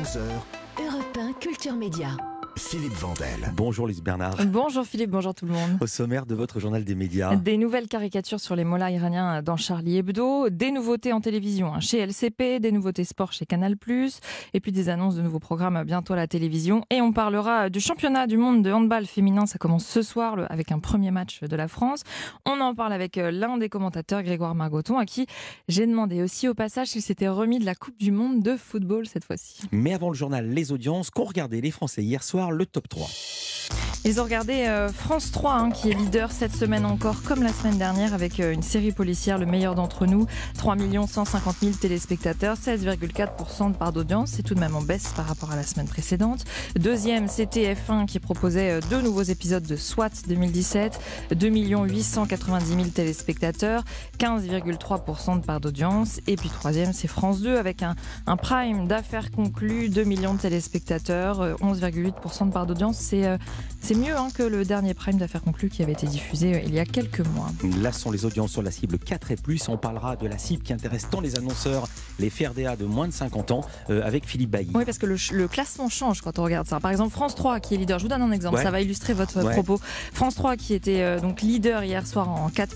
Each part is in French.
11h, Europe 1 Culture Média. Philippe Vandel. Bonjour Lise Bernard. Bonjour Philippe, bonjour tout le monde. Au sommaire de votre journal des médias. Des nouvelles caricatures sur les mollahs iraniens dans Charlie Hebdo, des nouveautés en télévision chez LCP, des nouveautés sport chez Canal+, et puis des annonces de nouveaux programmes bientôt à la télévision. Et on parlera du championnat du monde de handball féminin, ça commence ce soir avec un premier match de la France. On en parle avec l'un des commentateurs, Grégoire Margoton, à qui j'ai demandé aussi au passage s'il s'était remis de la Coupe du monde de football cette fois-ci. Mais avant le journal, les audiences qu'ont regardé les Français hier soir, le top 3. Ils ont regardé France 3, qui est leader cette semaine encore, comme la semaine dernière, avec une série policière, Le meilleur d'entre nous. 3 150 000 téléspectateurs, 16,4% de part d'audience. C'est tout de même en baisse par rapport à la semaine précédente. Deuxième, c'était TF1 qui proposait 2 nouveaux épisodes de SWAT 2017. 2 890 000 téléspectateurs, 15,3% de part d'audience. Et puis troisième, c'est France 2 avec un prime d'affaires conclues, 2 millions de téléspectateurs, 11,8% de part d'audience. C'est mieux que le dernier prime d'affaires conclues qui avait été diffusé il y a quelques mois. Là sont les audiences sur la cible 4 et plus. On parlera de la cible qui intéresse tant les annonceurs, les FRDA de moins de 50 ans, avec Philippe Bailly. Oui, parce que le classement change quand on regarde ça. Par exemple, France 3 qui est leader, je vous donne un exemple, ça va illustrer votre propos. France 3 qui était donc leader hier soir en 4+,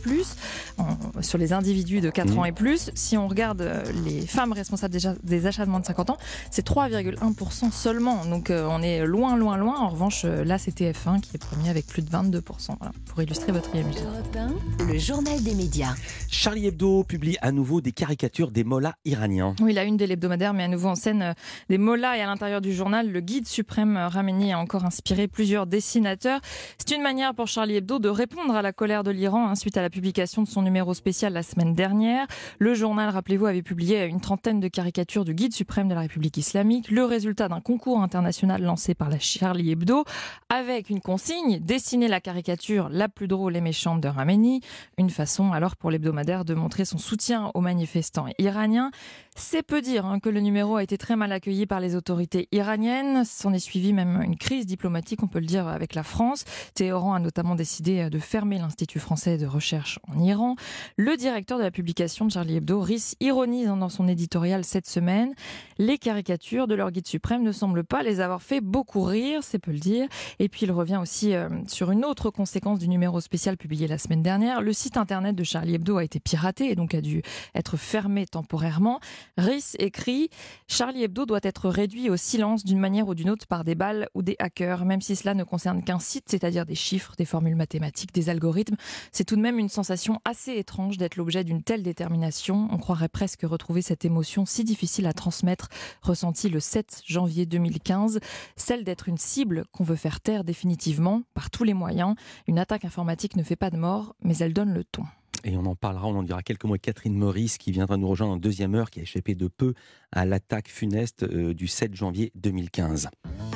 sur les individus de 4 ans et plus. Si on regarde les femmes responsables des achats de moins de 50 ans, c'est 3,1% seulement. Donc on est loin. En revanche, là c'est TF1 qui est premier avec plus de 22%. Voilà, pour illustrer votre image. Europe 1, le journal des médias. Charlie Hebdo publie à nouveau des caricatures des mollahs iraniens. Oui, la une de l'hebdomadaire met à nouveau en scène des mollahs, et à l'intérieur du journal, le guide suprême Khamenei a encore inspiré plusieurs dessinateurs. C'est une manière pour Charlie Hebdo de répondre à la colère de l'Iran suite à la publication de son numéro spécial la semaine dernière. Le journal, rappelez-vous, avait publié une trentaine de caricatures du guide suprême de la République islamique, le résultat d'un concours international lancé par la Charlie Hebdo, avec une consigne: dessiner la caricature la plus drôle et méchante de Khamenei. Une façon alors pour l'hebdomadaire de montrer son soutien aux manifestants iraniens. C'est peu dire que le numéro a été très mal accueilli par les autorités iraniennes. S'en est suivi même une crise diplomatique, on peut le dire, avec la France. Téhéran a notamment décidé de fermer l'Institut français de recherche en Iran. Le directeur de la publication de Charlie Hebdo, Riss, ironise dans son éditorial cette semaine: les caricatures de leur guide suprême ne semblent pas les avoir fait beaucoup rire, c'est peu le dire. Et puis il revient aussi sur une autre conséquence du numéro spécial publié la semaine dernière. Le site internet de Charlie Hebdo a été piraté et donc a dû être fermé temporairement. Riss écrit: Charlie Hebdo doit être réduit au silence d'une manière ou d'une autre par des balles ou des hackers, même si cela ne concerne qu'un site, c'est-à-dire des chiffres, des formules mathématiques, des algorithmes. C'est tout de même une sensation assez étrange d'être l'objet d'une telle détermination. On croirait presque retrouver cette émotion si difficile à transmettre, ressentie le 7 janvier 2015, celle d'être une cible qu'on veut faire taire définitivement par tous les moyens. Une attaque informatique ne fait pas de mort, mais elle donne le ton. Et on en dira quelques mots avec Catherine Meurice qui viendra nous rejoindre en deuxième heure, qui a échappé de peu à l'attaque funeste du 7 janvier 2015.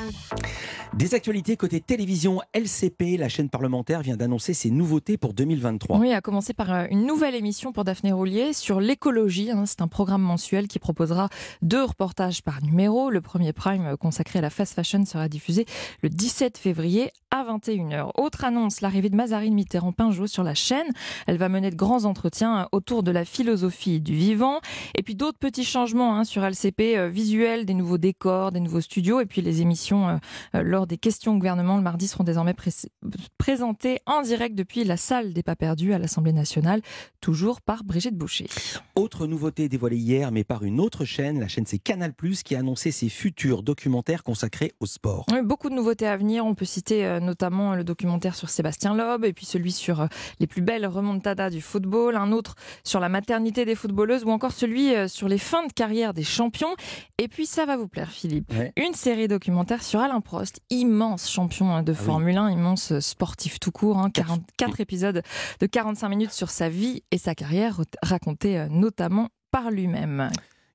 Des actualités côté télévision. LCP, la chaîne parlementaire, vient d'annoncer ses nouveautés pour 2023. Oui, à commencer par une nouvelle émission pour Daphné Roulier sur l'écologie. C'est un programme mensuel qui proposera 2 reportages par numéro. Le premier prime consacré à la fast fashion sera diffusé le 17 février à 21h. Autre annonce, l'arrivée de Mazarine Mitterrand-Pinjot sur la chaîne. Elle va mener de grands entretiens autour de la philosophie du vivant. Et puis d'autres petits changements sur LCP, visuels, des nouveaux décors, des nouveaux studios. Et puis les émissions lors des questions au gouvernement le mardi seront désormais présentées en direct depuis la salle des pas perdus à l'Assemblée nationale, toujours par Brigitte Boucher. Autre nouveauté dévoilée hier, mais par une autre chaîne, la chaîne c'est Canal+, qui a annoncé ses futurs documentaires consacrés au sport. Oui, beaucoup de nouveautés à venir. On peut citer notamment le documentaire sur Sébastien Loeb, et puis celui sur les plus belles remontadas du football, un autre sur la maternité des footballeuses, ou encore celui sur les fins de carrière des champions. Et puis ça va vous plaire, Philippe, une série documentaire sur Alain Prost, immense champion de Formule 1, immense sportif tout court, 44 épisodes de 45 minutes sur sa vie et sa carrière, racontés notamment par lui-même.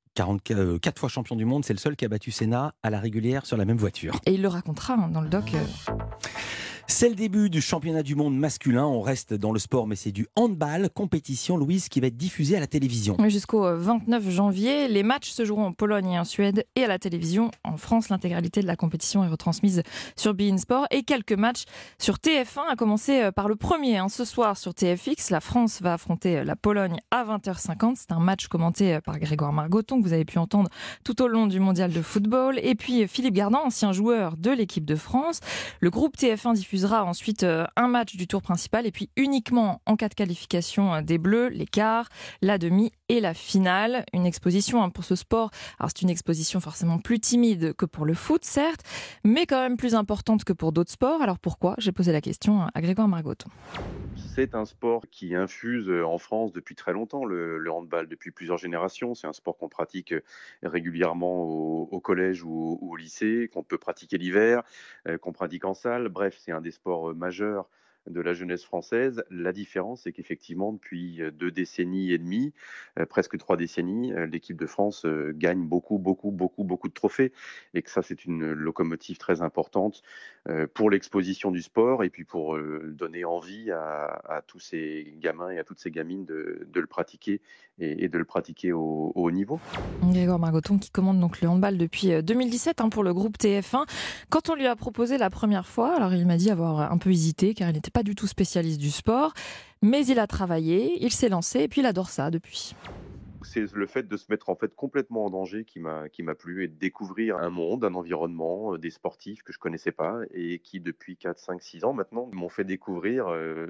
4 fois champion du monde, c'est le seul qui a battu Senna à la régulière sur la même voiture. Et il le racontera dans le doc. C'est le début du championnat du monde masculin. On reste dans le sport, mais c'est du handball, compétition, Louise, qui va être diffusée à la télévision. Jusqu'au 29 janvier, les matchs se joueront en Pologne et en Suède et à la télévision. En France, l'intégralité de la compétition est retransmise sur beIN Sport et quelques matchs sur TF1, à commencer par le premier. Ce soir sur TFX, la France va affronter la Pologne à 20h50. C'est un match commenté par Grégoire Margoton, que vous avez pu entendre tout au long du mondial de football. Et puis Philippe Gardin, ancien joueur de l'équipe de France. Le groupe TF1 diffusera ensuite un match du tour principal et puis uniquement en cas de qualification des Bleus, les quarts, la demi et la finale. Une exposition pour ce sport. Alors c'est une exposition forcément plus timide que pour le foot, certes, mais quand même plus importante que pour d'autres sports. Alors pourquoi ? J'ai posé la question à Grégoire Margoton. C'est un sport qui infuse en France depuis très longtemps, le handball, depuis plusieurs générations. C'est un sport qu'on pratique régulièrement au collège ou au lycée, qu'on peut pratiquer l'hiver, qu'on pratique en salle. Bref, c'est un des sports majeurs de la jeunesse française. La différence, c'est qu'effectivement, depuis 2 décennies et demie, presque 3 décennies, l'équipe de France gagne beaucoup de trophées. Et que ça, c'est une locomotive très importante pour l'exposition du sport et puis pour donner envie à tous ces gamins et à toutes ces gamines de le pratiquer et de le pratiquer au haut niveau. Grégoire Margoton qui commande donc le handball depuis 2017 pour le groupe TF1. Quand on lui a proposé la première fois, alors il m'a dit avoir un peu hésité car il n'était pas du tout spécialiste du sport, mais il a travaillé, il s'est lancé et puis il adore ça depuis. C'est le fait de se mettre en fait complètement en danger qui m'a plu et de découvrir un monde, un environnement, des sportifs que je connaissais pas et qui depuis 4, 5, 6 ans maintenant m'ont fait découvrir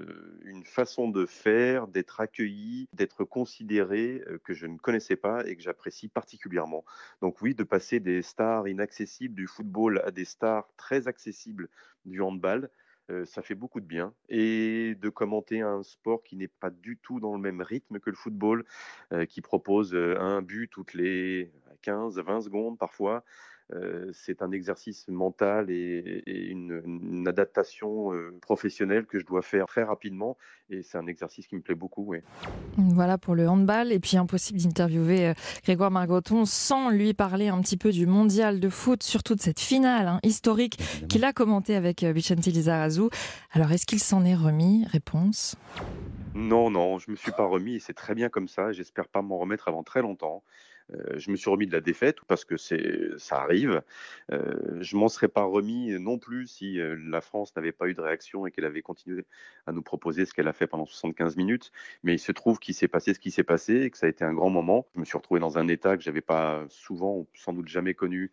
une façon de faire, d'être accueilli, d'être considéré que je ne connaissais pas et que j'apprécie particulièrement. Donc oui, de passer des stars inaccessibles du football à des stars très accessibles du handball, ça fait beaucoup de bien. Et de commenter un sport qui n'est pas du tout dans le même rythme que le football, qui propose un but toutes les 15-20 secondes parfois. C'est un exercice mental et une adaptation professionnelle que je dois faire très rapidement. Et c'est un exercice qui me plaît beaucoup. Oui. Voilà pour le handball. Et puis impossible d'interviewer Grégoire Margoton sans lui parler un petit peu du mondial de foot, surtout de cette finale historique qu'il a commentée avec Vicente Lizarazu. Alors est-ce qu'il s'en est remis ? Réponse. Non, je me suis pas remis et c'est très bien comme ça. J'espère pas m'en remettre avant très longtemps. Je me suis remis de la défaite parce que ça arrive. Je m'en serais pas remis non plus si la France n'avait pas eu de réaction et qu'elle avait continué à nous proposer ce qu'elle a fait pendant 75 minutes. Mais il se trouve qu'il s'est passé ce qui s'est passé et que ça a été un grand moment. Je me suis retrouvé dans un état que j'avais pas souvent ou sans doute jamais connu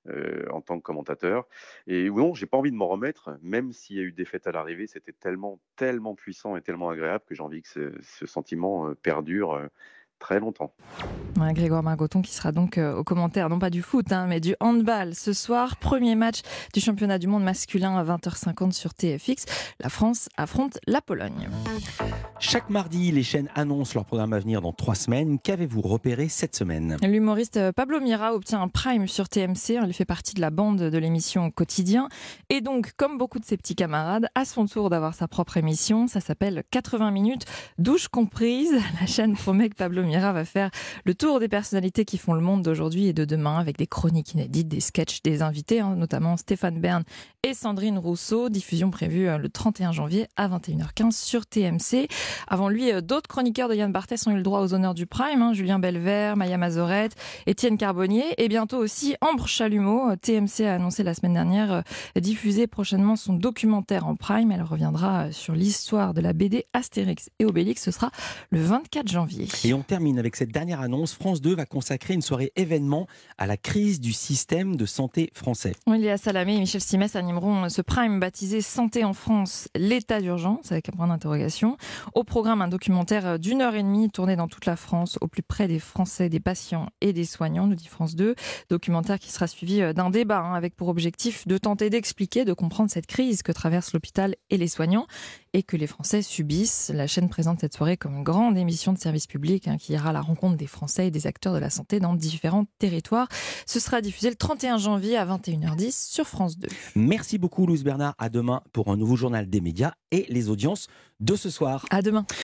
en tant que commentateur. Et non, j'ai pas envie de m'en remettre, même s'il y a eu défaite à l'arrivée. C'était tellement puissant et tellement agréable que j'ai envie que ce sentiment perdure très longtemps. Grégoire Margoton qui sera donc aux commentaires, non pas du foot, mais du handball. Ce soir, premier match du championnat du monde masculin à 20h50 sur TFX. La France affronte la Pologne. Chaque mardi, les chaînes annoncent leur programme à venir dans 3 semaines. Qu'avez-vous repéré cette semaine ? L'humoriste Pablo Mira obtient un prime sur TMC. Il fait partie de la bande de l'émission Quotidien. Et donc, comme beaucoup de ses petits camarades, à son tour d'avoir sa propre émission. Ça s'appelle 80 minutes, douche comprise. La chaîne promet que Pablo Mira va faire le tour des personnalités qui font le monde d'aujourd'hui et de demain avec des chroniques inédites, des sketchs, des invités, notamment Stéphane Bern et Sandrine Rousseau. Diffusion prévue le 31 janvier à 21h15 sur TMC. Avant lui, d'autres chroniqueurs de Yann Barthès ont eu le droit aux honneurs du Prime. Julien Belvert, Maya Mazorette, Étienne Carbonnier et bientôt aussi Ambre Chalumeau. TMC a annoncé la semaine dernière diffuser prochainement son documentaire en Prime. Elle reviendra sur l'histoire de la BD Astérix et Obélix. Ce sera le 24 janvier. Et on termine avec cette dernière annonce. France 2 va consacrer une soirée événement à la crise du système de santé français. Léa Salamé et Michel Simès animeront ce Prime baptisé Santé en France, l'état d'urgence, avec un point d'interrogation. Au programme, un documentaire d'1h30 tourné dans toute la France, au plus près des Français, des patients et des soignants, nous dit France 2. Documentaire qui sera suivi d'un débat avec pour objectif de tenter d'expliquer, de comprendre cette crise que traverse l'hôpital et les soignants et que les Français subissent. La chaîne présente cette soirée comme une grande émission de service public qui ira à la rencontre des Français et des acteurs de la santé dans différents territoires. Ce sera diffusé le 31 janvier à 21h10 sur France 2. Merci beaucoup Louise Bernard. À demain pour un nouveau journal des médias et les audiences de ce soir. À demain.